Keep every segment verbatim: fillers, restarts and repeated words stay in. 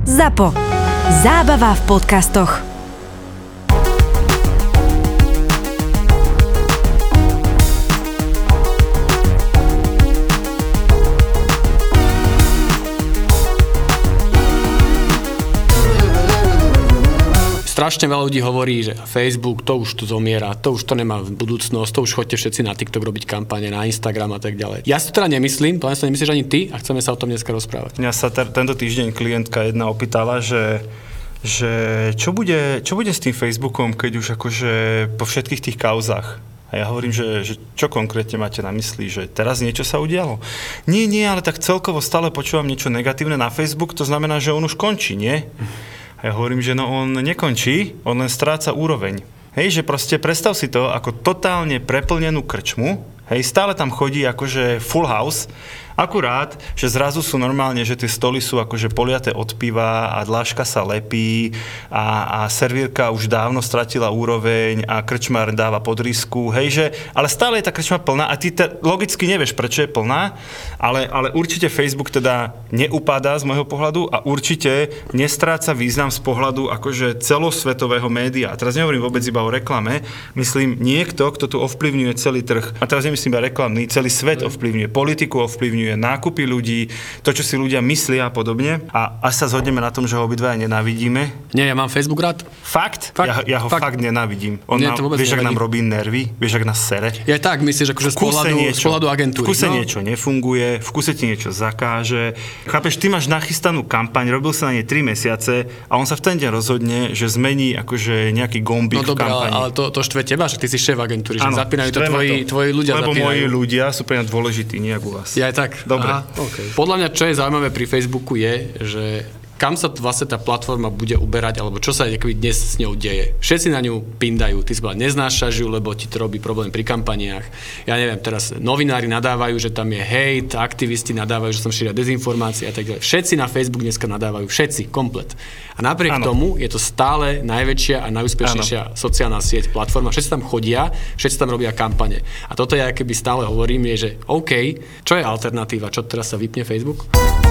Zapo. Zábava v podcastoch. Strašne veľa ľudí hovorí, že Facebook, to už tu zomiera, to už to nemá budúcnosť, to už chodte všetci na TikTok robiť kampane, na Instagram a tak ďalej. Ja si to teda nemyslím, to si nemyslíš ani ty a chceme sa o tom dneska rozprávať. Mňa sa t- tento týždeň klientka jedna opýtala, že, že čo, bude, čo bude s tým Facebookom, keď už akože po všetkých tých kauzách. A ja hovorím, že, že čo konkrétne máte na mysli, že teraz niečo sa udialo? Nie, nie, ale tak celkovo stále počúvam niečo negatívne na Facebook, to znamená, že on už končí, nie? A ja hovorím, že no on nekončí, on len stráca úroveň. Hej, že proste predstav si to ako totálne preplnenú krčmu, hej, stále tam chodí akože full house, akurát, že zrazu sú normálne, že tie stoly sú akože poliaté od piva a dláška sa lepí a, a servírka už dávno stratila úroveň a krčmár dáva podrýsku, hej, že, ale stále je tá krčma plná a ty te, logicky nevieš, prečo je plná, ale, ale určite Facebook teda neupadá z môjho pohľadu a určite nestráca význam z pohľadu akože celosvetového média. A teraz nehovorím vôbec iba o reklame, myslím niekto, kto tu ovplyvňuje celý trh, a teraz nemyslím iba reklamný, celý svet ovplyvňuje, politiku ovplyvňuje, nákupy ľudí, to, čo si ľudia myslia a podobne. A až sa zhodneme na tom, že ho obidvaja nenávidíme. Nie, ja mám Facebook rád. Fakt? Fakt? Ja, ja ho fakt, fakt nenávidím. On Nie, nám, nevadí. vieš, ak nám robí nervy? Vieš, ak nás sere? Ja tak myslíš, akože z pohľadu, z pohľadu agentúry. V kuse no. niečo nefunguje, v kuse ti niečo zakáže. Chápeš, ty máš nachystanú kampaň, robil sa na nej tri mesiace a on sa v ten deň rozhodne, že zmení akože nejaký gombík no, v kampani. No ale to, to štve teba, že ty si šéf agentúry, že Áno, zapínajú to štve ma tvoji, to. tvoji ľudia. Lebo zapínajú. moji ľudia sú pre mňa dôležití, nie ako u vás. Ja aj tak. Dobre. Aha, okay. Podľa mňa, čo je zaujímavé pri Facebooku je, že kam sa vlastne tá platforma bude uberať, alebo čo sa dnes s ňou deje. Všetci na ňu pindajú, ty si bola neznášaš ju, lebo ti to robí problém pri kampaniách. Ja neviem, teraz novinári nadávajú, že tam je hejt, aktivisti nadávajú, že som šíria dezinformácie a tak ďalej. Všetci na Facebook dneska nadávajú, všetci, komplet. A napriek ano. tomu je to stále najväčšia a najúspešnejšia ano. sociálna sieť, platforma. Všetci tam chodia, všetci tam robia kampane. A toto ja keby stále hovorím, je, že OK, čo je alternatíva? Čo teraz sa vypne Facebook?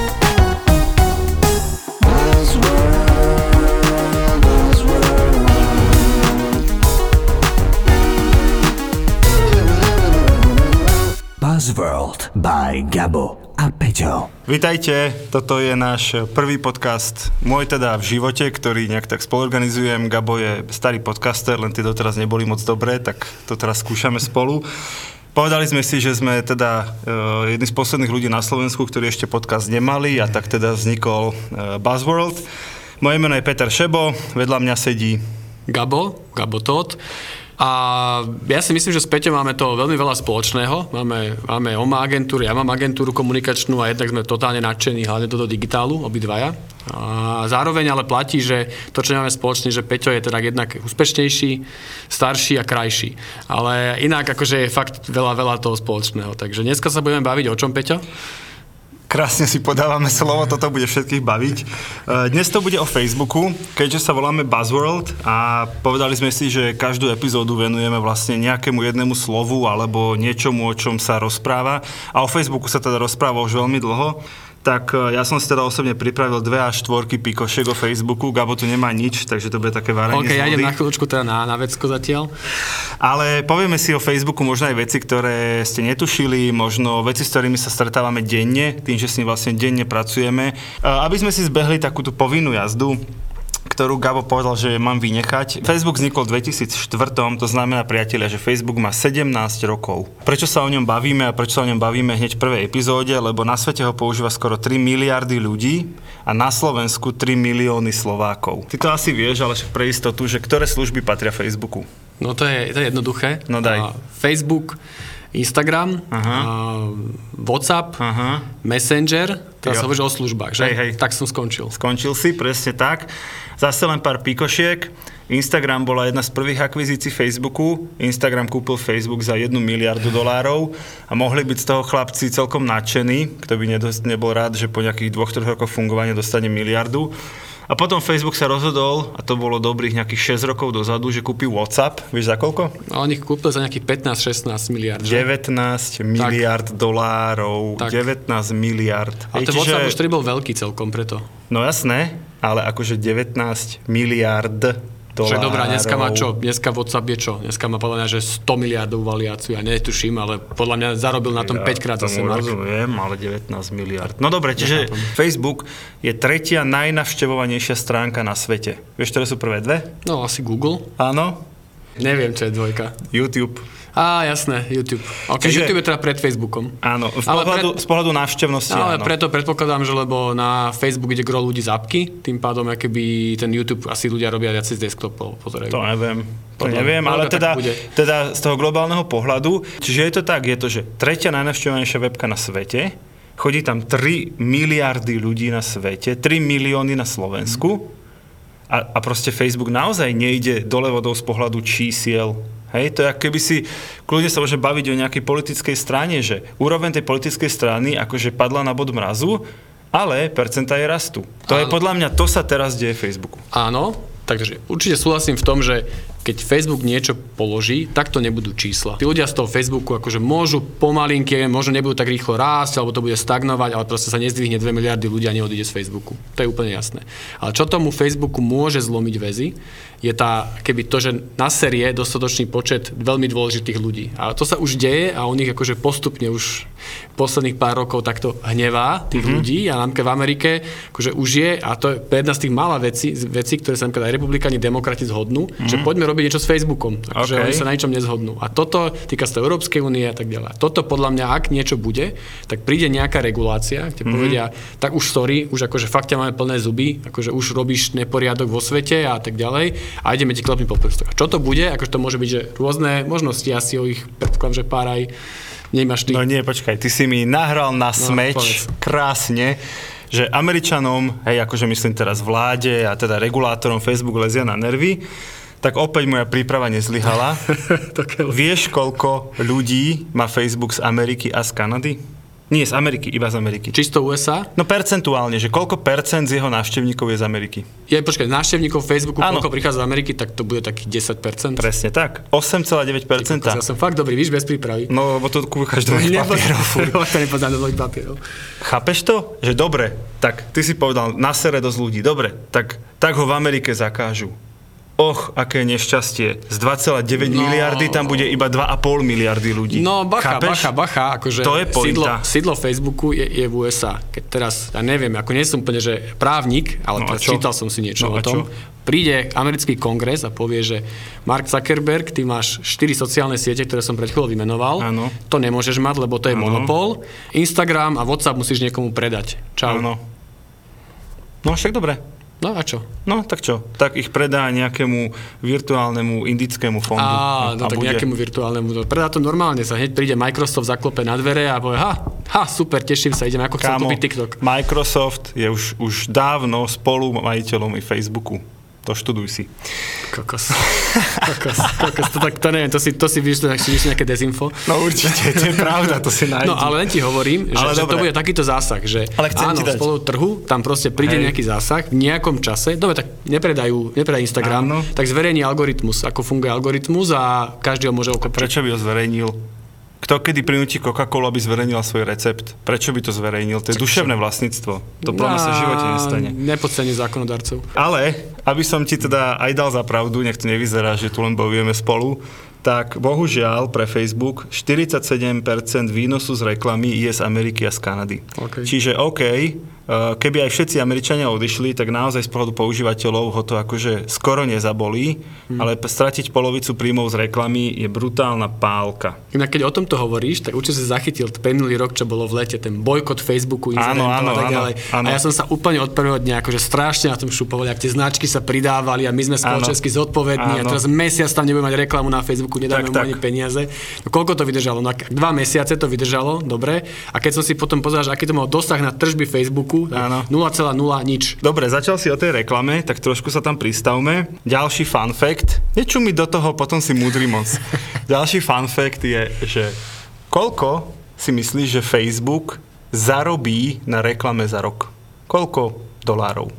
Buzzworld by Gabo a Peťo. Vítajte, toto je náš prvý podcast, môj teda v živote, ktorý nejak tak spoluorganizujem. Gabo je starý podcaster, len tie doteraz neboli moc dobré, tak to teraz skúšame spolu. Povedali sme si, že sme teda uh, jedni z posledných ľudí na Slovensku, ktorí ešte podcast nemali, a tak teda vznikol uh, Buzzworld. Moje meno je Peter Šebo, vedľa mňa sedí Gabo, Gabo Todt. A ja si myslím, že s Peťom máme to veľmi veľa spoločného. Máme, máme oma agentúru, ja mám agentúru komunikačnú a jednak sme totálne nadšení, hlavne do digitálu, obidvaja. A zároveň ale platí, že to, čo máme spoločné, že Peťo je teda jednak úspešnejší, starší a krajší. Ale inak akože je fakt veľa, veľa toho spoločného. Takže dneska sa budeme baviť o čom, Peťo? Krásne si podávame slovo, toto bude všetkých baviť. Dnes to bude o Facebooku, keďže sa voláme Buzzworld a povedali sme si, že každú epizódu venujeme vlastne nejakému jednému slovu alebo niečomu, o čom sa rozpráva. A o Facebooku sa teda rozpráva už veľmi dlho. Tak ja som si teda osobne pripravil dve až štvorky pikošiek o Facebooku. Gabo tu nemá nič, takže to bude také varenie OK, z vody. ja idem na chvíľučku teda na, na vecko zatiaľ. Ale povieme si o Facebooku možno aj veci, ktoré ste netušili, možno veci, s ktorými sa stretávame denne, tým, že s ním vlastne denne pracujeme. Aby sme si zbehli takúto povinnú jazdu, ktorú Gabo povedal, že mám vynechať. Facebook vznikol v dvetisícštyri, to znamená, priatelia, že Facebook má sedemnásť rokov. Prečo sa o ňom bavíme a prečo sa o ňom bavíme hneď v prvej epizóde? Lebo na svete ho používa skoro tri miliardy ľudí a na Slovensku tri milióny Slovákov. Ty to asi vieš, ale však pre istotu, že ktoré služby patria Facebooku? No to je, to je jednoduché. No daj. A Facebook, Instagram, Aha. A WhatsApp, Aha. Messenger, teraz sa hovoríš o službách, že? Hej, hej. Tak som skončil. Skončil si, presne tak. Zase len pár pikošiek. Instagram bola jedna z prvých akvizícií Facebooku. Instagram kúpil Facebook za jednu miliardu dolárov a mohli byť z toho chlapci celkom nadšení. Kto by nebol rád, že po nejakých dvoch, troch rokoch fungovania dostane miliardu. A potom Facebook sa rozhodol, a to bolo dobrých nejakých šesť rokov dozadu, že kúpil WhatsApp. Vieš za koľko? A on ich kúpil za nejakých pätnásť šestnásť miliárd. Že? devätnásť miliárd dolárov. Tak. devätnásť miliárd. Ale ten WhatsApp už ktorý bol veľký celkom preto. No jasné, ale akože devätnásť miliárd dolárov. Však dobrá, dneska má čo? Dneska WhatsApp je čo? Dneska má podľa mňa, že sto miliardov valiáciu. Ja netuším, ale podľa mňa zarobil na tom ja päť krát zase Mark. Rozumiem, ale devätnásť miliárd. No dobre, čiže Facebook je tretia najnavštevovanejšia stránka na svete. Vieš, ktoré sú prvé dve? No, asi Google. Áno. Neviem, čo je dvojka. YouTube. Á, jasné, YouTube. Ok, Čiže, YouTube je teda pred Facebookom. Áno, z Ale pohľadu, pred- z pohľadu návštevnosti Ale áno. preto predpokladám, že lebo na Facebook ide gro ľudí z apky, tým pádom akoby ten YouTube asi ľudia robia viac z desktopov. Pozerajú. To neviem, to Podľa- neviem, podľa ale tak teda, bude. teda z toho globálneho pohľadu, čiže je to tak, je to, že tretia najnavštevovanejšia webka na svete, chodí tam tri miliardy ľudí na svete, tri milióny na Slovensku a, a proste Facebook naozaj nejde dole vodou z pohľadu čísiel. Hej, to je ako keby si, kľudne sa môže baviť o nejakej politickej strane, že úroveň tej politickej strany akože padla na bod mrazu, ale percentá je rastú. To Áno. je podľa mňa, to sa teraz deje Facebooku. Áno, takže určite súhlasím v tom, že keď Facebook niečo položí, tak to nebudú čísla. Tí ľudia z toho Facebooku akože môžu pomalinke, možno nebudú tak rýchlo rásť, alebo to bude stagnovať, ale proste sa nezdvihne dve miliardy ľudí a neodíde z Facebooku. To je úplne jasné. Ale čo tomu Facebooku môže zlomiť väzy, je tá, keby to, že na série dostatočný počet veľmi dôležitých ľudí. A to sa už deje a on ich akože postupne už posledných pár rokov takto hnevá tých mm-hmm. ľudí a napríklad v Amerike akože už je, a to je jedna z tých mála vecí, vecí ktoré sa napríklad aj republikáni, demokrati zhodnú, mm-hmm. že poďme robiť niečo s Facebookom. Takže Okay. oni sa na ničom nezhodnú. A toto týka sa to Európskej únie a tak ďalej. Toto podľa mňa, ak niečo bude, tak príde nejaká regulácia, kde mm-hmm. povedia, tak už sorry, už akože fakt ťa máme plné zuby, akože už robíš neporiadok vo svete a tak ďalej a ideme ti klopnúť po prstoch. A čo to bude? Akože to môže byť, že rôzne možnosti, asi o ich predpokladám, že pár aj nemáš ty. No nie, počkaj, ty si mi nahral na smeč povedz. krásne, že Američanom, hej, akože myslím teraz vláde a teda regulátorom Facebook lezia na nervy, tak opäť moja príprava nezlyhala. Vieš, koľko ľudí má Facebook z Ameriky a z Kanady? Nie z Ameriky, iba z Ameriky. Čisto U S A? No percentuálne, že koľko percent z jeho návštevníkov je z Ameriky? Je, počkaj, návštevníkov Facebooku, Áno. koľko prichádza z Ameriky, tak to bude takých desať percent. Presne tak. osem celá deväť percent. Ja som fakt dobrý, víš, bez prípravy. No, lebo to kúkaš do mojich papierov. To nepoznám do mojich papierov. Chápeš to? Že dobre, tak ty si povedal, na sere dosť ľudí, dobre, tak, tak ho v Amerike zakážu. Och, aké nešťastie. Z dva celé deväť No. miliardy tam bude iba dva a pol miliardy ľudí. No bacha, Chápeš? bacha, bacha, akože To je sídlo, pointa. sídlo Facebooku je, je v U S A. Keď teraz, ja neviem, ako nie som úplne, že právnik, ale No a teraz čo? čítal som si niečo No o a tom. čo? Príde americký kongres a povie, že Mark Zuckerberg, ty máš štyri sociálne siete, ktoré som pred chvíľou vymenoval. Áno. To nemôžeš mať, lebo to je Áno. monopol. Instagram a WhatsApp musíš niekomu predať. Čau. Áno. No však dobre. No a čo? No tak čo? Tak ich predá nejakému virtuálnemu indickému fondu. Á, no a tak bude. nejakému virtuálnemu. Predá to normálne, sa hneď príde Microsoft, zaklope na dvere a povie, ha, ha, super, teším sa, idem, ako chcem Kámo, kúpiť TikTok. Microsoft je už, už dávno spolu majiteľom i Facebooku. To študuj si. Kokos. Kokos, kokos. To, tak, to neviem, to si, to si víš, to si víš nejaké dezinfo. No určite, to je pravda, to si nájdi. No ale len ti hovorím, že, Ale že to dobre. bude takýto zásah, že Ale chcem áno, ti dať. spolu trhu, tam proste príde Hej. nejaký zásah v nejakom čase, dobre, tak nepredajú, nepredajú Instagram, Áno. tak zverejní algoritmus, ako funguje algoritmus a každý ho môže okopiť. Prečo by ho zverejnil? Kto kedy prinúti Coca-Colu, aby zverejnila svoj recept? Prečo by to zverejnil? To je duševné vlastníctvo. To podľa mňa sa v živote nestane. Nepodcení zákonodarcov. Ale, aby som ti teda aj dal za pravdu, nech to nevyzerá, že tu len bojujeme spolu, tak bohužiaľ pre Facebook štyridsaťsedem percent výnosu z reklamy je z Ameriky a z Kanady. OK. Čiže OK, keby aj všetci Američania odišli, tak naozaj z pohľadu používateľov ho to akože skoro nezabolí, hmm. ale stratiť polovicu príjmov z reklamy je brutálna pálka. Inak keď o tomto hovoríš, tak určite si zachytil t- minulý rok, čo bolo v lete, ten bojkot Facebooku, Instagramu Áno, áno, a tak áno, ďalej. áno. A ja som sa úplne od prvého dňa akože strašne na tom šupovali, ak tie značky sa pridávali a my sme spoločensky zodpovední a Áno. teraz mesiac tam nebudeme mať reklamu na Facebooku, nedáme Tak, mu tak. ani peniaze. No koľko to vydržalo? No, ak- dva mesiace to vydržalo, dobre. A keď som si potom pozeral, že aký to mal dosah na tržby Facebooku, Áno. nula celá nula nič. Dobre, začal si o tej reklame, tak trošku sa tam pristavme. Ďalší fun fact, niečo mi do toho, potom si múdry moc. Ďalší fun fact je, že koľko si myslíš, že Facebook zarobí na reklame za rok? Koľko dolárov?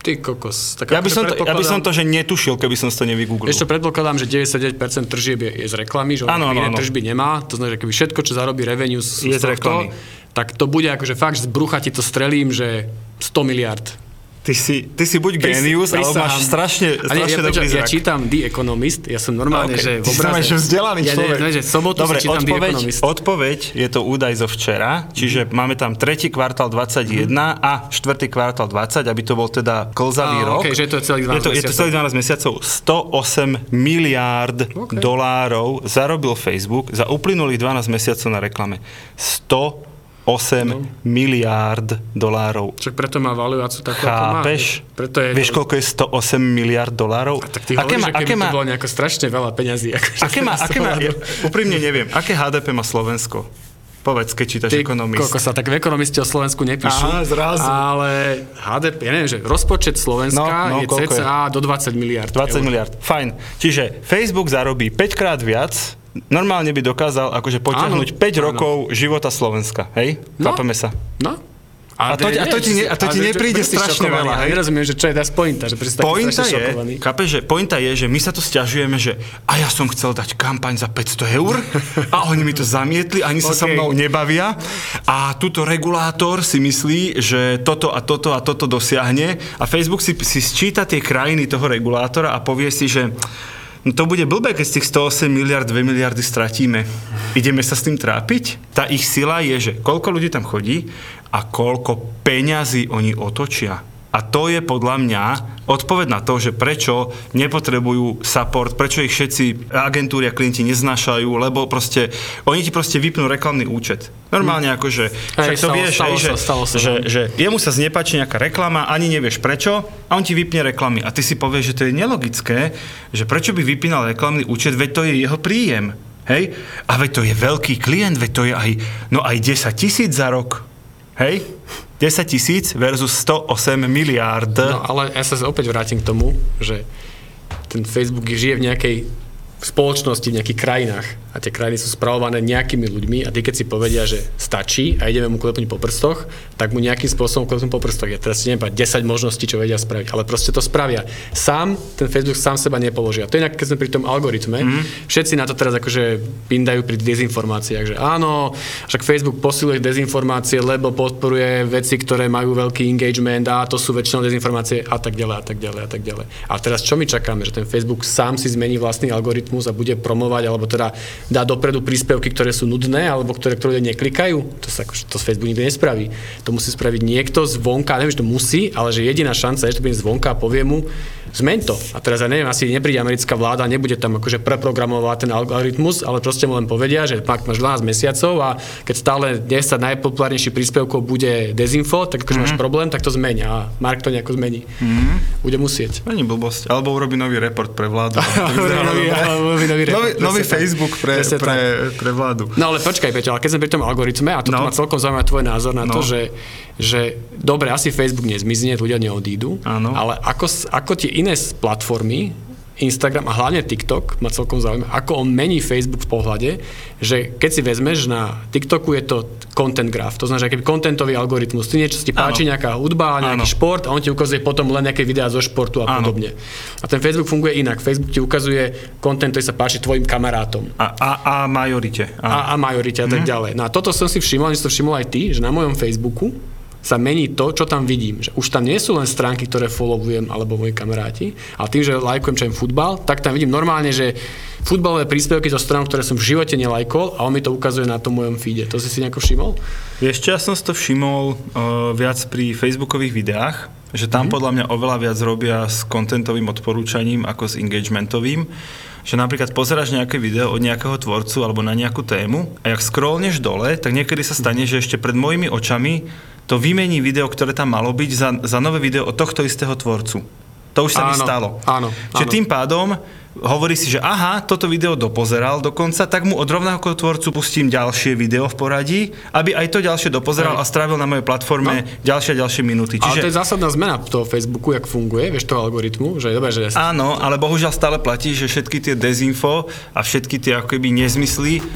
Ty kokos. Tak Ja by, som to, ja by som predpokladám- to, že netušil, keby som si to nevygooglil. Ešte predpokladám, že deväťdesiatdeväť percent tržieb je, je z reklamy, že Áno, on áno, iné áno. tržby nemá. To znamená, že keby všetko, čo zarobí revenue z, Je z z tohto, reklamy. tak to bude akože fakt, že z brucha ti to strelím, že sto miliard. Ty si, ty si buď Pris- génius, alebo prisahám. máš strašne, A nie, strašne ja, dobrý ja, ja zrak. čítam The Economist, ja som normálne, Okay. že v Ty si obraze... normálne, že vzdelaný ja, človek. Ne, ne, že v sobotu Dobre, si čítam The odpoveď, Economist. odpoveď je to údaj zo včera, čiže mm. máme tam tretí kvartál dvadsaťjeden mm. a štvrtý kvartál dvadsať, aby to bol teda klzavý Á, rok. okej, že to je celých dvanásť je to, je to mesiacov. celých dvanásť mesiacov. sto osem miliárd Okay. dolárov zarobil Facebook za uplynulých dvanásť mesiacov na reklame. sto osem No. miliárd dolárov. Však preto má valuáciu takú, ako má. Chápeš? Preto je Vieš, to... koľko je sto osem miliárd dolárov? Tak ty hovoríš, že keby to bolo nejako strašne veľa peňazí. Akože Aké má, z aké má, pohľadu- ja, úprimne neviem, aké há dé pé má Slovensko? Povedz, keď čítaš Ty, Economist. koľko sa tak v Ekonomiste o Slovensku nepíšu. Aha, zrazu. Ale há dé pé, ja neviem, že rozpočet Slovenska No, no, je koľko cca do dvadsať miliárd. dvadsať eur. miliárd, fajn. Čiže Facebook zarobí päť krát viac, normálne by dokázal akože potiahnuť Áno, päť áno. rokov života Slovenska, hej? No. Chápeme sa. No. A to ti- a to ti ne- a to ti ale že- nepríde že- že si strašne šokovaný. veľa, Ja hej? nerozumiem, že čo je tá pointa, že prečo si taký Pointa strašne je, šokovaný. chápeš, že pointa je, že my sa tu sťažujeme, že a ja som chcel dať kampaň za päťsto eur a oni mi to zamietli, ani sa so Okay. mnou nebavia a tuto regulátor si myslí, že toto a toto a toto dosiahne a Facebook si, si sčíta tie krajiny toho regulátora a povie si, že no to bude blbé, keď z tých sto osem miliárd, dve miliardy stratíme. Ideme sa s tým trápiť? Tá ich sila je, že koľko ľudí tam chodí a koľko peňazí oni otočia. A to je podľa mňa odpoveď na to, že prečo nepotrebujú support, prečo ich všetci agentúry a klienti neznášajú, lebo proste, oni ti proste vypnú reklamný účet. Normálne Hmm. akože, však Hej, to stalo- vieš, stalo hej, že, sa, stalo sa, že, no. že jemu sa znepáči nejaká reklama, ani nevieš prečo, a on ti vypne reklamy. A ty si povieš, že to je nelogické, že prečo by vypínal reklamný účet, veď to je jeho príjem. Hej? A veď to je veľký klient, veď to je aj, no aj desať tisíc za rok. Hej? desať tisíc versus sto osem miliárd. No ale ja sa opäť vrátim k tomu, že ten Facebook žije v nejakej spoločnosti, v nejakých krajinách a tie krajiny sú spravované nejakými ľuďmi a tí keď si povedia, že stačí a ideme mu klepnúť po prstoch, tak mu nejakým spôsobom klepnú po prstoch. Ja teraz si neviem povedať desať možností, čo vedia spraviť, ale proste to spravia. Sám, ten Facebook sám seba nepoložia. To je inak, keď sme pri tom algoritme, mm. všetci na to teraz akože pindajú pri dezinformáciách, že áno, však Facebook posiluje dezinformácie, lebo podporuje veci, ktoré majú veľký engagement a to sú väčšinou dezinformácie a tak ďalej a tak ďalej a tak ďalej. A teraz čo my čakáme, že ten Facebook sám si zmení vlastný algoritmus a bude promovať, alebo teda dá dopredu príspevky, ktoré sú nudné, alebo ktoré, ktoré ľudia neklikajú? To sa akože, to Facebook nikdy nespraví. To musí spraviť niekto zvonka, neviem, že to musí, ale že jediná šanca je, že to bude zvonka a povie mu, zmeň to. A teraz ja neviem, asi nepríde americká vláda, nebude tam akože preprogramovať ten algoritmus, ale proste mu len povedia, že pak máš dvanásť mesiacov a keď stále desať najpopulárnejších príspevkov bude dezinfo, tak akože mm-hmm. máš problém, tak to zmeň a Mark to nejako zmení. Mm-hmm. Bude musieť. Není blbosť. Alebo urobí nový report pre vládu. nový, nový, nový, nový, nový Facebook pre, Presne pre, pre vládu. No ale počkaj, Peťo, ale keď sme pri tom algoritme, a toto No. ma celkom zaujíma tvoj názor na No. to, že, že dobre, asi Facebook nezmizne, ľudia neodídu, Áno. ale ako, s- ako tie iné s- platformy, Instagram a hlavne TikTok ma celkom zaujíma, ako on mení Facebook v pohľade, že keď si vezmeš, na TikToku je to content graph, to znamená, že aký contentový algoritmus, ty niečo si ti páči, Áno. nejaká hudba, nejaký Áno. šport a on ti ukazuje potom len nejaké videá zo športu a Áno. podobne. A ten Facebook funguje inak. Facebook ti ukazuje content, ktorý sa páči tvojim kamarátom. A, a, a majorite. A, a majorite a tak ďalej. No a toto som si všimol, že si to všimol aj ty, že na mojom Facebooku sa mení to, čo tam vidím. Že už tam nie sú len stránky, ktoré followujem alebo moji kamaráti, ale tým, že lajkujem čo im futbal, tak tam vidím normálne, že futbalové príspevky zo strán, ktoré som v živote nelajkol a on mi to ukazuje na tom mojom feede. To si si nejako všimol? Vieš čo, ja som si to všimol uh, viac pri facebookových videách, že tam mm-hmm. podľa mňa oveľa viac robia s contentovým odporúčaním ako s engagementovým. Že napríklad pozeráš nejaké video od nejakého tvorcu alebo na nejakú tému a jak scrollneš dole, tak niekedy sa stane, že ešte pred mojimi očami to vymení video, ktoré tam malo byť za, za nové video od tohto istého tvorcu. To už sa mi Áno, stalo. áno, Čiže áno. tým pádom hovorí si, že aha, toto video dopozeral dokonca, tak mu od rovnakého tvorcu pustím ďalšie video v poradí, aby aj to ďalšie dopozeral Hej. a strávil na mojej platforme no. ďalšie a ďalšie minúty. Ale to je Čiže zásadná zmena toho Facebooku, jak funguje, vieš, toho algoritmu, že je dobré, že... áno, ale bohužiaľ stále platí, že všetky tie dezinfo a všetky tie ako keby nezmysly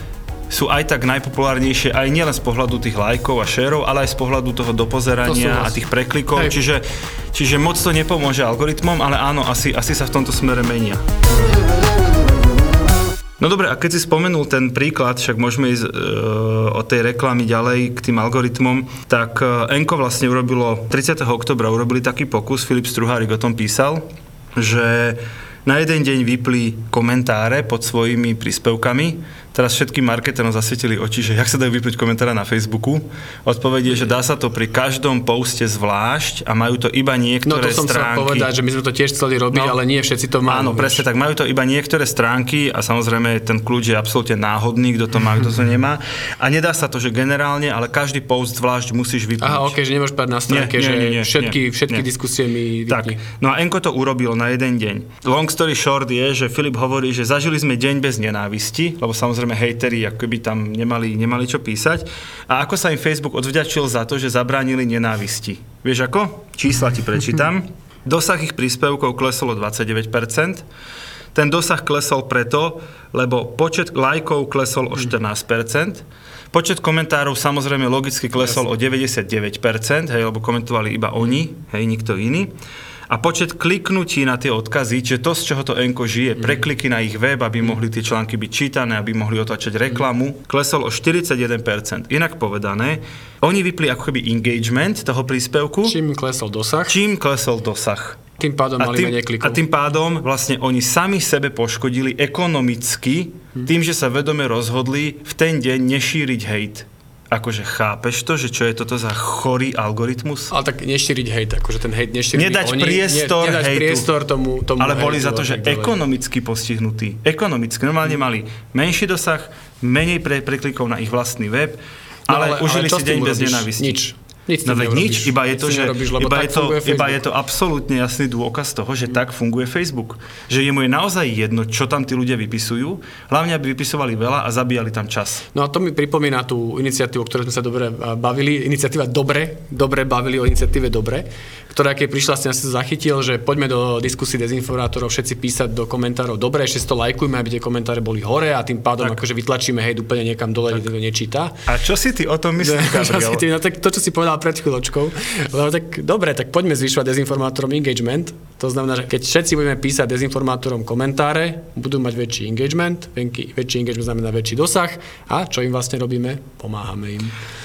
sú aj tak najpopulárnejšie aj nielen z pohľadu tých lajkov a šerov, ale aj z pohľadu toho dopozerania a tých preklikov. Čiže, čiže moc to nepomôže algoritmom, ale áno, asi, asi sa v tomto smere menia. No dobre, a keď si spomenul ten príklad, však môžeme ísť e, od tej reklamy ďalej k tým algoritmom, tak e, Enko vlastne urobilo, tridsiateho októbra urobili taký pokus, Filip Struhárik o tom písal, že na jeden deň vypli komentáre pod svojimi príspevkami. Teraz všetkým marketerom zasvietili oči, že jak sa dajú vypnúť komentáre na Facebooku. Odpoveď je, že dá sa to pri každom poste zvlášť a majú to iba niektoré stránky. No to som stránky. chcel povedať, že my sme to tiež chceli robiť, no, ale nie všetci to majú. Áno, presne tak. Majú to iba niektoré stránky a samozrejme ten kľúč je absolútne náhodný, kto to má, kto to nemá. A nedá sa to, že generálne, ale každý post zvlášť musíš vypnúť. Aha, okej, okay, že nemôžeš povedať na stránke, nie, nie, nie, nie, že všetky, nie, všetky nie. diskusie mi vypni. Tak, no a Enko to urobil na jeden deň. Long story short je, že Filip hovorí, že zažili sme deň bez nenávisti, lebo samozrejme hejteri akoby tam nemali, nemali čo písať. A ako sa im Facebook odvďačil za to, že zabránili nenávisti. Vieš ako? Čísla ti prečítam. Dosah ich príspevkov klesol o dvadsaťdeväť percent. Ten dosah klesol preto, lebo počet lajkov klesol o štrnásť percent. Počet komentárov samozrejme logicky klesol o deväťdesiatdeväť percent, hej, lebo komentovali iba oni, hej, nikto iný. A počet kliknutí na tie odkazy, čiže to, z čoho to Enko žije, prekliky na ich web, aby mohli tie články byť čítané, aby mohli otáčať reklamu, klesol o štyridsaťjeden percent. Inak povedané, oni vypli ako keby engagement toho príspevku. Čím klesol dosah? Čím klesol dosah. Tým pádom mali menej klikov. A tým pádom vlastne oni sami sebe poškodili ekonomicky tým, že sa vedome rozhodli v ten deň nešíriť hejt. Akože chápeš to, že čo je toto za chorý algoritmus? Ale tak nešíriť hejt, akože ten hejt nešíriť Nedať oni, priestor ne, nedať hejtu. priestor tomu, tomu ale boli hejtu, za to, že ekonomicky postihnutí. Ekonomicky. Normálne hmm. mali menší dosah, menej pre, preklikov na ich vlastný web, no, ale, ale užili ale si deň bez nenávisti. Nič. Nič no veď nič, iba je to, že nerobíš, iba, je to, iba je to absolútne jasný dôkaz toho, že mm. tak funguje Facebook. Že jemu je naozaj jedno, čo tam tí ľudia vypisujú, hlavne aby vypisovali veľa a zabíjali tam čas. No a to mi pripomína tú iniciatívu, o ktorej sme sa dobre bavili, iniciatíva Dobre, dobre bavili o iniciatíve Dobre, ktorá keď prišla, ste sa zachytil, že poďme do diskusí dezinformátorov všetci písať do komentárov dobre, ešte si to lajkujme, aby tie komentáre boli hore a tým pádom tak. akože vytlačíme hejt úplne niekam dole, kde to nečíta. A čo si ty o tom myslíš, Gabriel? No, tak to, čo si povedal pred chvíľočkou. Lebo tak dobre, tak poďme zvyšovať dezinformátorom engagement. To znamená, že keď všetci budeme písať dezinformátorom komentáre, budú mať väčší engagement, väčší engagement znamená väčší dosah a čo im vlastne robíme? Pomáhame im.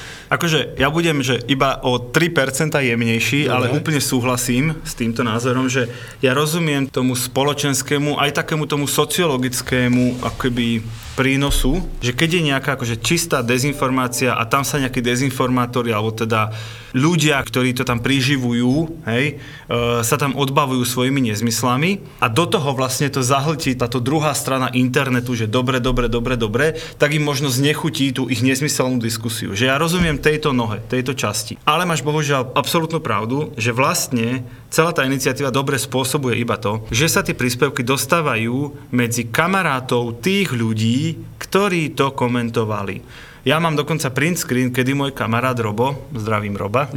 Akože ja budem, že iba o tri percentá jemnejší, dobre. Ale úplne súhlasím s týmto názorom, že ja rozumiem tomu spoločenskému, aj takému tomu sociologickému akoby prínosu, že keď je nejaká akože čistá dezinformácia a tam sa nejakí dezinformátori, alebo teda ľudia, ktorí to tam priživujú, hej, e, sa tam odbavujú svojimi nezmyslami a do toho vlastne to zahltí táto druhá strana internetu, že dobre, dobre, dobre, dobre, tak im možno znechutí tú ich nezmyselnú diskusiu. Že ja rozumiem tejto nohe, tejto časti. Ale máš bohužiaľ absolútnu pravdu, že vlastne celá tá iniciatíva dobre spôsobuje iba to, že sa tie príspevky dostávajú medzi kamarátov tých ľudí, ktorí to komentovali. Ja mám dokonca print screen, kedy môj kamarát Robo, zdravím Roba,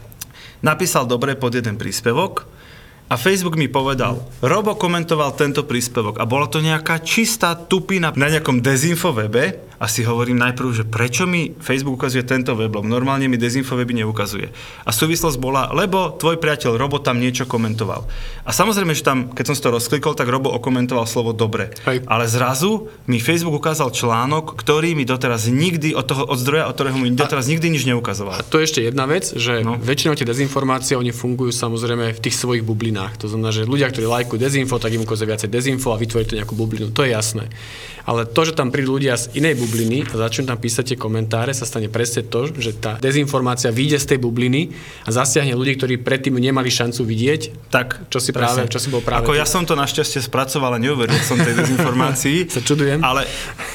napísal dobre pod jeden príspevok a Facebook mi povedal, Robo komentoval tento príspevok a bola to nejaká čistá tupina na nejakom dezinfo webe a si hovorím najprv, že prečo mi Facebook ukazuje tento web, lebo normálne mi dezinfo weby neukazuje. A súvislosť bola, lebo tvoj priateľ Robo tam niečo komentoval. A samozrejme, že tam, keď som si to rozklikol, tak Robo okomentoval slovo dobre. Hej. Ale zrazu mi Facebook ukázal článok, ktorý mi doteraz nikdy, od toho od zdroja, od ktorého mi doteraz nikdy nič neukazoval. A to je ešte jedna vec, že no. väčšinou tie dezinformácie, oni fungujú samozrejme v tých svojich bublinách. To znamená, že ľudia, ktorí lajkujú dezinfo, tak im ukazuje viacej dezinfo a vytvorí to nejakú bublinu. To je jasné. Ale to, že tam prídu ľudia z inej bubliny a začnú tam písať tie komentáre, sa stane presne to, že tá dezinformácia vyjde z tej bubliny a zasiahne ľudí, ktorí predtým nemali šancu vidieť. Tak, čo si práve, čo si bol práve. Ako ty. Ja som to našťastie spracoval a neuveril som tej dezinformácii. Sa čudujem. Ale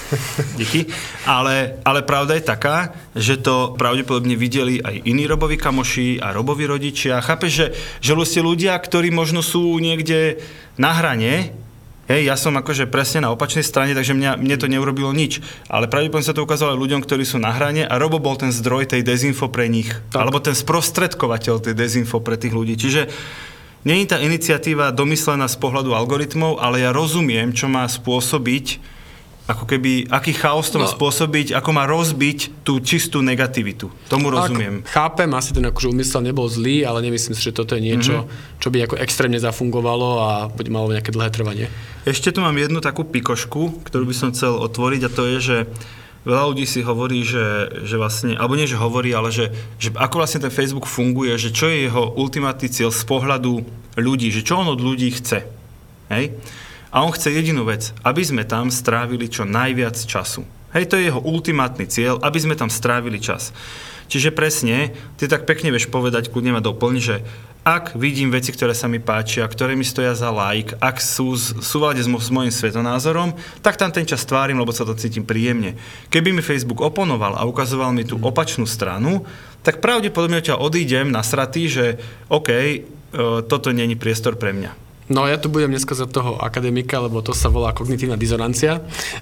díky. Ale, ale pravda je taká, že to pravdepodobne videli aj iní Robovi kamoši a Robovi rodičia. Chápeš, že, že ste ľudia, ktorí možno sú niekde na hrane. Hej, ja som akože presne na opačnej strane, takže mňa, mne to neurobilo nič. Ale pravdepodobne sa to ukázalo aj ľuďom, ktorí sú na hrane a Robo bol ten zdroj tej dezinfo pre nich. Tak. Alebo ten sprostredkovateľ tej dezinfo pre tých ľudí. Čiže nie je tá iniciatíva domyslená z pohľadu algoritmov, ale ja rozumiem, čo má spôsobiť ako keby, aký chaos to má No. spôsobiť, ako má rozbiť tú čistú negativitu. Tomu rozumiem. Ako, chápem, asi ten akože úmysel nebol zlý, ale nemyslím si, že toto je niečo, mm-hmm. čo by ako extrémne zafungovalo a bude malo nejaké dlhé trvanie. Ešte tu mám jednu takú pikošku, ktorú by som chcel otvoriť a to je, že veľa ľudí si hovorí, že, že vlastne, alebo nie, že hovorí, ale že, že ako vlastne ten Facebook funguje, že čo je jeho ultimátny cieľ z pohľadu ľudí, že čo on od ľudí chce. Hej? A on chce jedinú vec, aby sme tam strávili čo najviac času. Hej, to je jeho ultimátny cieľ, aby sme tam strávili čas. Čiže presne, ty tak pekne vieš povedať, kľudne ma doplň, že ak vidím veci, ktoré sa mi páčia, ktoré mi stoja za like, ak sú v súlade s, s mojím svetonázorom, tak tam ten čas tvárim, lebo sa to cítim príjemne. Keby mi Facebook oponoval a ukazoval mi tú opačnú stranu, tak pravdepodobne ťa odídem nasratý, že OK, e, toto není priestor pre mňa. No ja tu budem dneska za toho akademika, lebo to sa volá kognitívna dizonancia.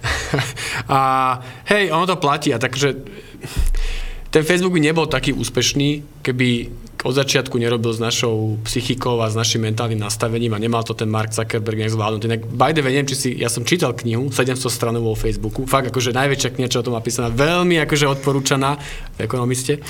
A hej, ono to platí. A takže ten Facebook by nebol taký úspešný, keby od začiatku nerobil s našou psychikou a s našim mentálnym nastavením a nemal to ten Mark Zuckerberg nejak zvládnuť. By the way, neviem, či si, ja som čítal knihu sedemsto stranovú vo Facebooku, fakt akože najväčšia kniha, čo o tom napísaná, veľmi akože odporúčaná v Ekonomiste.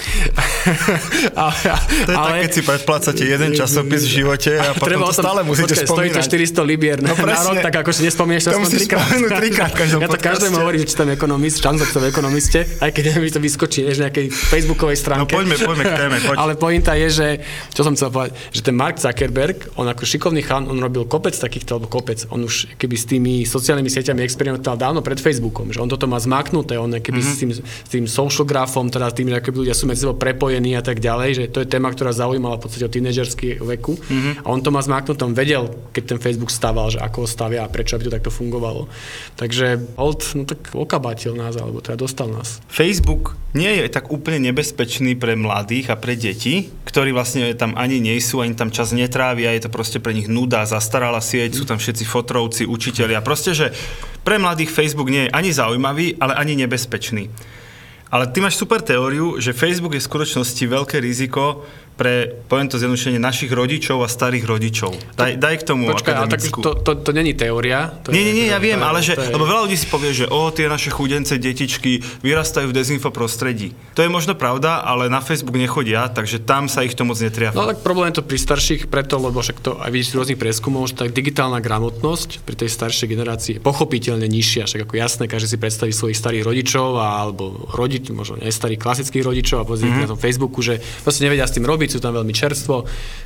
ale, To je ale, tak, keď si predplácate jeden časopis v živote a potom to stále musíte počkaj, stojí to spomínať. štyristo libier na, No na rok, presne. tak akože nespomínaš to To aspoň musíš trikrát. spomenúť trikrát v každom Ja to podcaste. každému hovorím, že čítam Ekonomist, šanca v Ekonomiste, aj keď mi to vyskočí, než nejakej facebookovej No stránke. poďme, poďme k téme, poď. Ale pointa je, že, čo som chcel povedať, že ten Mark Zuckerberg, on ako šikovný chan, on robil kopec takýchto, alebo kopec, on už keby s tými sociálnymi sieťami experimentoval dávno pred Facebookom, že on toto má zmaknuté, on keby mm-hmm. s, tým, s tým social grafom, teda tým, že keby ľudia sú medzi sebou prepojení a tak ďalej, že to je téma, ktorá zaujímala v podstate od tínedžerského veku. Mm-hmm. A on to má zmaknuté, on vedel, keď ten Facebook stával, že ako ho stavia a prečo, aby to takto fungovalo. Takže hold, no tak okabátil nás, alebo teda dostal nás. Facebook nie je tak úplne nebezpečný pre mladých a pre deti, ktorí vlastne tam ani nie sú, ani tam čas netrávia, je to proste pre nich nuda, zastarala sieť, sú tam všetci fotrovci, učitelia. Proste, že pre mladých Facebook nie je ani zaujímavý, ale ani nebezpečný. Ale ty máš super teóriu, že Facebook je v skutočnosti veľké riziko pre, poviem to zjednodušene, našich rodičov a starých rodičov. Daj, daj k tomu Počkaj, ale tak akademickú. to, to, to není teória. To Nie, je, nie, nie, ja to, viem, to, ale že, to je... lebo veľa ľudí si povie, že o, tie naše chudence detičky vyrastajú v dezinfo prostredí. To je možno pravda, ale na Facebook nechodia, takže tam sa ich to moc netriafa. No tak problém je to pri starších preto, lebo však to aj vidíš z rôznych prieskumov, že tá digitálna gramotnosť pri tej staršej generácii je pochopiteľne nižšia. Však ako jasné, každý si predstaví svojich starých rodičov a, alebo rodič, možno aj starých klasických rodičov a pozrieť mm-hmm. na tom Facebooku, že proste nevedia s tým robiť, sú tam veľmi čerstvo.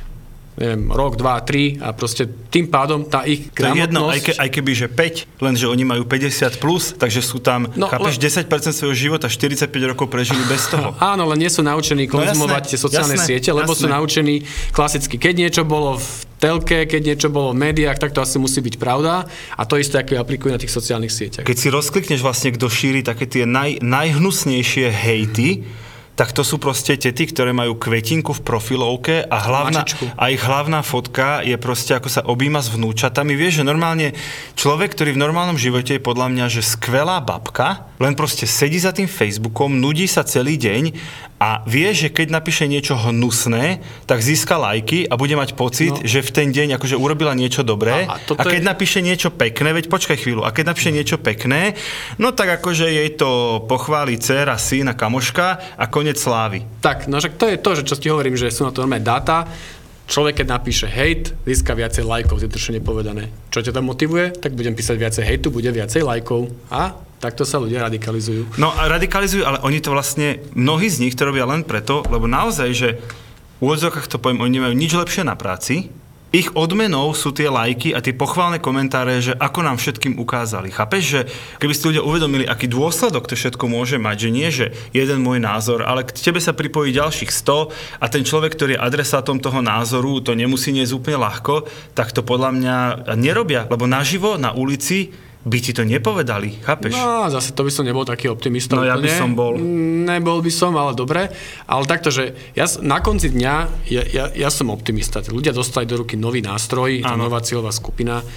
Neviem, rok, dva, tri a proste tým pádom tá ich To je jedno, gramotnosť... aj, ke, aj keby, že päť, lenže oni majú päťdesiat plus, takže sú tam, No, chápeš, le- desať percent svojho života, štyridsaťpäť rokov prežili bez toho. Áno, len nie sú naučení konzumovať jasné, tie sociálne jasné, siete, lebo sú jasné. naučení klasicky. Keď niečo bolo v telke, keď niečo bolo v médiách, tak to asi musí byť pravda. A to isté, ako aplikujú na tých sociálnych sieťach. Keď si rozklikneš vlastne, kto šíri také tie naj, najhnusnejšie hejty, tak to sú proste tety, ktoré majú kvetinku v profilovke a, hlavná, Mačičku. a ich hlavná fotka je proste ako sa objíma s vnúčatami. Vieš, že normálne človek, ktorý v normálnom živote je podľa mňa, že skvelá babka, len proste sedí za tým Facebookom, nudí sa celý deň a vie, že keď napíše niečo hnusné, tak získa lajky a bude mať pocit, No. že v ten deň akože urobila niečo dobré. A- a A, toto a keď je- napíše niečo pekné, veď počkaj chvíľu, a keď napíše niečo pekné, no tak akože jej to pochváli dcéra, syn a kamoška a koniec slávy. Tak, no však to je to, že čo ti hovorím, že sú na to normálne dáta. Človek, keď napíše hejt, získa viacej lajkov, zjednodušene povedané. Čo ťa tam motivuje? Tak budem písať viacej hejtu, bude viacej lajkov. A takto sa ľudia radikalizujú. No a radikalizujú, ale oni to vlastne, mnohí z nich to robia len preto, lebo naozaj, že v úvodzovkách to poviem, oni nemajú nič lepšie na práci. Ich odmenou sú tie lajky a tie pochválne komentáre, že ako nám všetkým ukázali. Chápeš, že keby si ľudia uvedomili, aký dôsledok to všetko môže mať, že nie, že jeden môj názor, ale k tebe sa pripojí ďalších sto a ten človek, ktorý je adresátom toho názoru, to nemusí niesť úplne ľahko, tak to podľa mňa nerobia, lebo naživo na ulici by ti to nepovedali, chápeš? No, zase to by som nebol taký optimista. No, ja by úplne. som bol. Mm, Nebol by som, ale dobre. Ale takto, že ja, s- na konci dňa, ja, ja, ja som optimista. Tí ľudia dostali do ruky nový nástroj, tá Áno. nová cieľová skupina.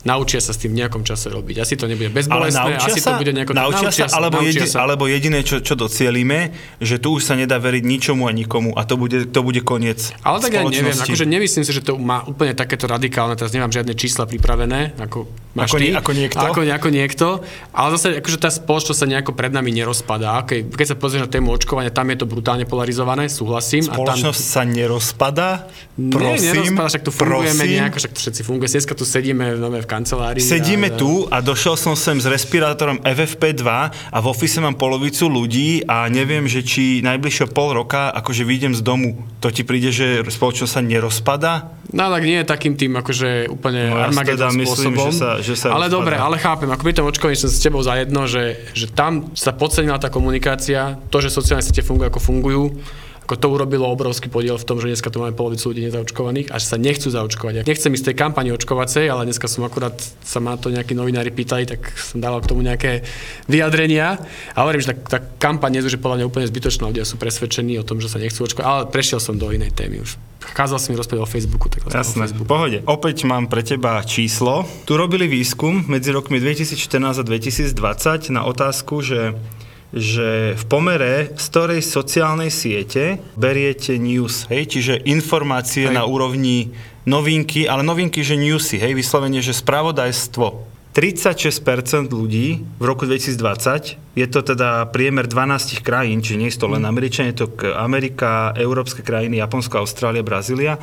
naučia sa s tým v nejakom čase robiť. Asi to nebude bezbolestné, asi sa, to bude nejako... Naučia, naučia sa, alebo, naučia jedi, sa. alebo jediné, čo, čo docielime, že tu už sa nedá veriť ničomu a nikomu a to bude, to bude koniec Ale tak ja neviem, spoločnosti. akože nemyslím si, že to má úplne takéto radikálne, teraz nemám žiadne čísla pripravené, ako máš Ako ty. nie- ako niekto? Ako, ako niekto, ale zase akože tá spoločnosť sa nejako pred nami nerozpadá. Okay, keď sa pozrieš na tému očkovania, tam je to brutálne polarizované, súhlasím. Spoločnosť a tam... sa nerozpadá? Nie, Prosím, nerozpadá, však tu fungujeme prosím. nejako, však tu všetci funguje. Dneska tu sedíme v, v kancelárii. Sedíme a, tu a došiel som sem s respirátorom ef ef pé dva a v office mám polovicu ľudí a neviem, že či najbližšie pol roka akože vyjdem z domu. To ti príde, že spoločnosť sa nerozpadá? No tak nie je takým tým akože úplne No ja si Armageddon teda myslím, spôsobom. že sa- že sa ale rozpadá. dobre, ale chápem, ako pri tom očkovaní som s tebou zajedno, že, že tam sa podcenila tá komunikácia, to, že sociálne siete fungujú ako fungujú, ako to urobilo obrovský podiel v tom, že dneska tu máme polovicu ľudí nezaočkovaných a že sa nechcú zaočkovať. Ja nechcem ísť z tej kampani očkovacej, ale dneska som akurát sa ma to nejakí novinári pýtali, tak som dal k tomu nejaké vyjadrenia. A hovorím, že tá, tá kampaň je podľa mňa úplne zbytočná, ľudia sú presvedčení o tom, že sa nechcú očkovať, ale prešiel som do inej témy už. Kázal som mi rozprávať o Facebooku, tak o Jasné, v Facebooku. pohode. Opäť mám pre teba číslo. Tu robili výskum medzi rokmi dvetisícštrnásť a dvetisícdvadsať na otázku, že že v pomere z ktorej sociálnej siete beriete news, hej, čiže informácie hej. na úrovni novinky, ale novinky, že newsy, hej, vyslovene, že spravodajstvo. tridsaťšesť percent ľudí v roku dvetisícdvadsať, je to teda priemer dvanásť krajín, čiže nie sú to len Američania, je to Amerika, európske krajiny, Japonsko, Austrália, Brazília.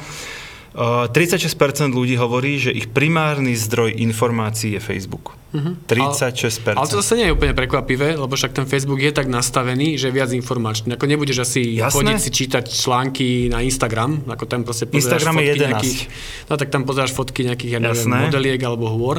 Uh, tridsaťšesť percent ľudí hovorí, že ich primárny zdroj informácií je Facebook. Uh-huh. tridsaťšesť percent. Ale, ale to zase nie je úplne prekvapivé, lebo však ten Facebook je tak nastavený, že je viac informačný. Ako nebudeš asi Jasné. chodiť si čítať články na Instagram, ako tam proste pozeráš Instagram je fotky jedenásť. nejakých, no tak tam pozeráš fotky nejakých, ja neviem, Jasné. modeliek alebo hôr,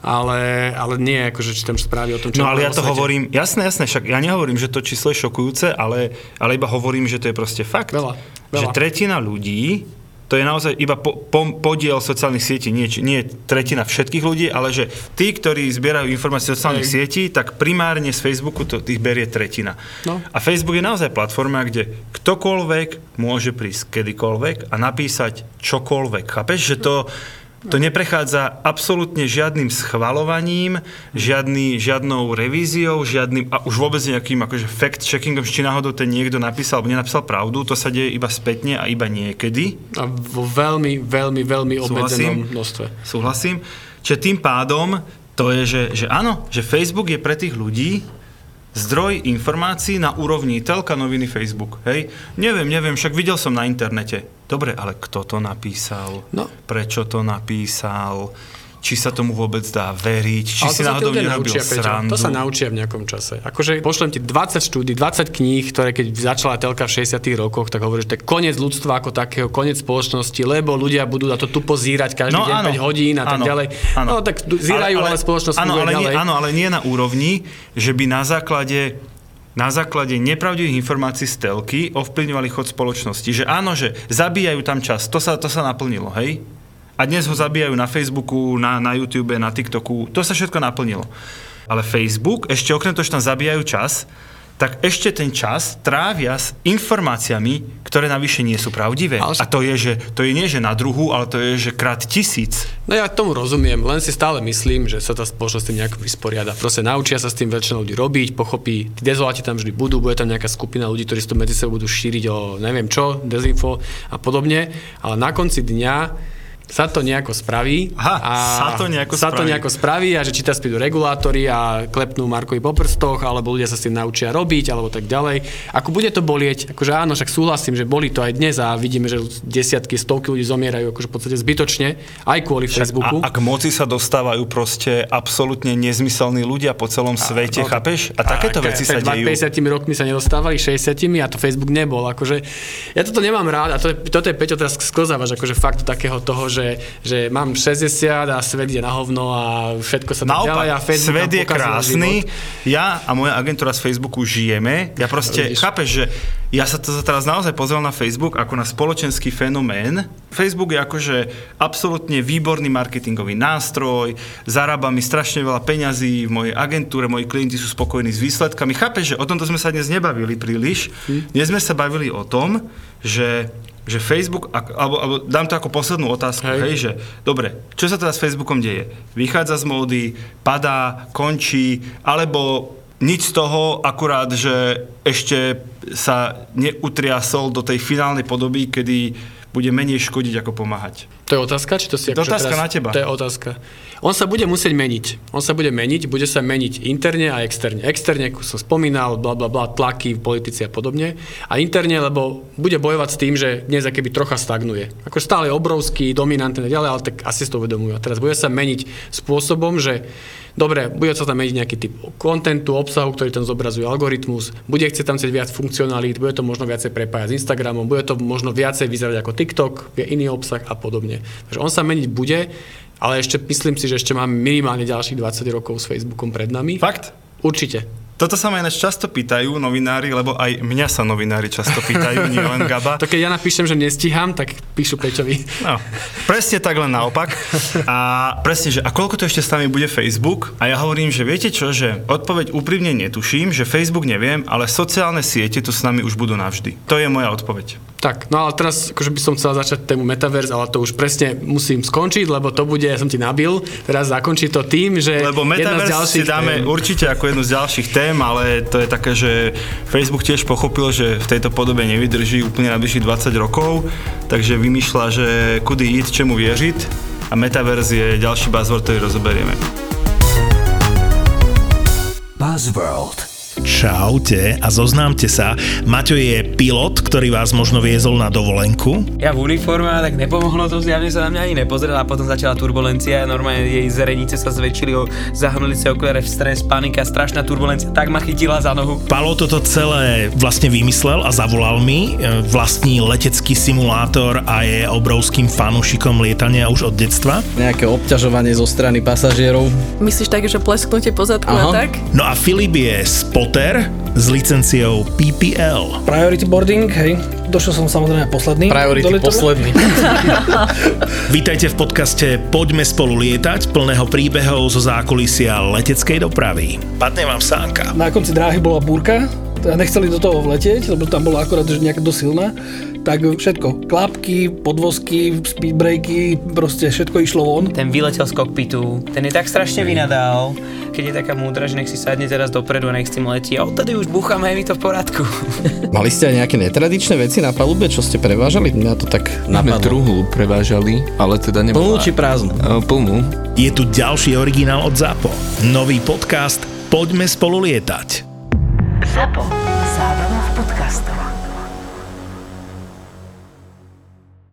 ale, ale nie akože čítam správy o tom, čo No ale je ja vo to svete. hovorím, jasné, jasné, však ja nehovorím, že to číslo je šokujúce, ale, ale iba hovorím, že to je proste fakt. Veľa, Že veľa. tretina ľudí, to je naozaj iba po, po, podiel sociálnych sietí, nie, nie tretina všetkých ľudí, ale že tí, ktorí zbierajú informácie z sociálnych Hej. sietí, tak primárne z Facebooku to tých berie tretina. No. A Facebook je naozaj platforma, kde ktokoľvek môže prísť kedykoľvek a napísať čokoľvek. Chápeš, že to To neprechádza absolútne žiadnym schvaľovaním, žiadny, žiadnou revíziou, žiadnym, a už vôbec nejakým akože fact-checkingom, či náhodou ten niekto napísal alebo nenapísal pravdu, to sa deje iba spätne a iba niekedy. A vo veľmi, veľmi, veľmi obmedzenom množstve. Súhlasím. Čiže tým pádom to je, že, že áno, že Facebook je pre tých ľudí zdroj informácií na úrovni telka, noviny, Facebook. Hej? Neviem, neviem, však videl som na internete. Dobre, ale kto to napísal? No. Prečo to napísal? Či sa tomu vôbec dá veriť? Či Ale si to sa náhodou tí ľudia nerobil naučia, Peťo. srandu? To sa naučia v nejakom čase. Akože pošlem ti dvadsať štúdí, dvadsať kníh, ktoré keď začala telka v šesťdesiatych rokoch, tak hovorí, že to je koniec ľudstva ako takého, koniec spoločnosti, lebo ľudia budú na to tu pozírať každý No, deň áno, päť hodín a tak áno, ďalej. áno. No tak zírajú, ale, ale spoločnosť áno, funguje ale ďalej. Nie, áno, ale nie na úrovni, že by na základe na základe nepravdivých informácií z telky ovplyvňovali chod spoločnosti. Že áno, že zabíjajú tam čas, to sa, to sa naplnilo, hej? A dnes ho zabíjajú na Facebooku, na, na YouTube, na TikToku, to sa všetko naplnilo. Ale Facebook, ešte okrem toho, že tam zabíjajú čas, tak ešte ten čas trávia s informáciami, ktoré navyše nie sú pravdivé. Ale A to je, že, to je nie, že na druhú, ale to je, že krát tisíc. No ja tomu rozumiem, len si stále myslím, že sa tá spoločnosť s tým nejako vysporiada. Proste naučia sa s tým väčšina ľudí robiť, pochopí, tí dezoláti tam vždy budú, bude tam nejaká skupina ľudí, ktorí si to medzi sebou budú šíriť o neviem čo, dezinfo a podobne, ale na konci dňa sa to nejako spraví. Aha, a sa to nejako sa to spraví. nejako spraví a že či teraz prídu regulátori a klepnú Markovi po prstoch, alebo ľudia sa s tým naučia robiť, alebo tak ďalej. Ako bude to bolieť, akože áno, však súhlasím, že bolí to aj dnes a vidíme, že desiatky, stovky ľudí zomierajú akože v podstate zbytočne, aj kvôli Facebooku. A, a k moci sa dostávajú proste absolútne nezmyselní ľudia po celom svete, no, chápeš? A takéto veci sa pred dejú. päťdesiatimi rokmi sa nedostávali, šesťdesiatimi a to Facebook nebol. Akože, ja toto nemám rád a to je, toto je Peťo teraz sklzávaš, akože fakt takého toho, že, že mám šesťdesiat a svet ide na hovno a všetko sa tak Naopak, ďalej a Facebook svet nám je pokazil krásny, život. ja a moja agentúra z Facebooku žijeme, ja proste, Vidíš. chápeš, že ja sa to teraz naozaj pozrel na Facebook ako na spoločenský fenomén. Facebook je akože absolútne výborný marketingový nástroj, zarába mi strašne veľa peňazí v mojej agentúre, moji klienti sú spokojní s výsledkami. Chápeš, že o tomto sme sa dnes nebavili príliš. Dnes sme sa bavili o tom, že že Facebook, alebo, alebo dám to ako poslednú otázku, hej. hej, že dobre, čo sa teda s Facebookom deje? Vychádza z módy, padá, končí, alebo nič z toho, akurát, že ešte sa neutriasol do tej finálnej podoby, kedy bude menej škodiť ako pomáhať. To je otázka? Či to si to je otázka teraz, na teba. To je otázka. On sa bude musieť meniť. On sa bude meniť, bude sa meniť interne a externe. Externe, ako som spomínal, bla bla bla, tlaky, politici a podobne. A interne, lebo bude bojovať s tým, že dnes akéby trocha stagnuje. Ako stále obrovský, dominantný, ďalej, ale tak asi si to uvedomujú. A teraz bude sa meniť spôsobom, že dobre, bude sa tam meniť nejaký typ kontentu, obsahu, ktorý tam zobrazuje algoritmus, bude chcieť tam chcieť viac funkcionalít, bude to možno viacej prepájať s Instagramom, bude to možno viacej vyzerať ako TikTok, je iný obsah a podobne. Takže on sa meniť bude, ale ešte myslím si, že ešte máme minimálne ďalších dvadsať rokov s Facebookom pred nami. Fakt? Určite. Toto sa ma ináč často pýtajú novinári, lebo aj mňa sa novinári často pýtajú, nie len Gaba. To keď ja napíšem, že nestíham, tak píšu Peťovi. No, presne tak, len naopak. A presne, že a koľko to ešte s nami bude Facebook? A ja hovorím, že viete čo, že odpoveď úprimne netuším, že Facebook neviem, ale sociálne siete tu s nami už budú navždy. To je moja odpoveď. Tak, no ale teraz akože by som chcel začať tému Metaverse, ale to už presne musím skončiť, lebo to bude, ja som ti nabil, teraz zakončí to tým, že lebo Metaverse si dáme tém. Určite ako jednu z ďalších tém, ale to je také, že Facebook tiež pochopil, že v tejto podobe nevydrží úplne najbližších dvadsať rokov, takže vymýšľa, že kudy ísť, čemu viežiť a Metaverse je ďalší buzzword, ktorý rozoberieme. Buzzworld. Čaute a zoznámte sa, Maťo je pilot, ktorý vás možno viezol na dovolenku. Ja v uniforme, tak nepomohlo to, zjavne sa na mňa ani nepozrela a potom začala turbulencia, normálne jej zrenice sa zväčšili, zahrnuli sa okuliare v stres, panika, strašná turbulencia, tak ma chytila za nohu. Palo toto celé vlastne vymyslel a zavolal mi, vlastní letecký simulátor a je obrovským fanúšikom lietania už od detstva. Nejaké obťažovanie zo strany pasažierov. Myslíš tak, že plesknutie po zadku a tak? No a Filip je spotter s licenciou P P L. Priority boarding, hej. Došiel som samozrejme posledný. Priority posledný. Vítajte v podcaste Poďme spolu lietať, plného príbehov zo zákulisia leteckej dopravy. Padne vám sánka. Na konci dráhy bola búrka, nechceli do toho vletieť, lebo tam bola akorát že nejaká dosilná. Tak všetko, klapky, podvozky, speedbreaky, proste všetko išlo von. Ten vyletel z kokpitu, ten je tak strašne vynadal, keď je taká múdra, že nech si sadne teraz dopredu a nech s tým letí a odtedy už búchame, je mi to v poriadku. Mali ste aj nejaké netradičné veci na palube, čo ste prevážali? Mňa to tak napadlo. Truhlu prevážali, ale teda nebola. Plnú či prázdnu? Uh, plnú. Je tu ďalší originál od ZAPO. Nový podcast Poďme spolu lietať. ZAPO. Zábrná v podcastovách.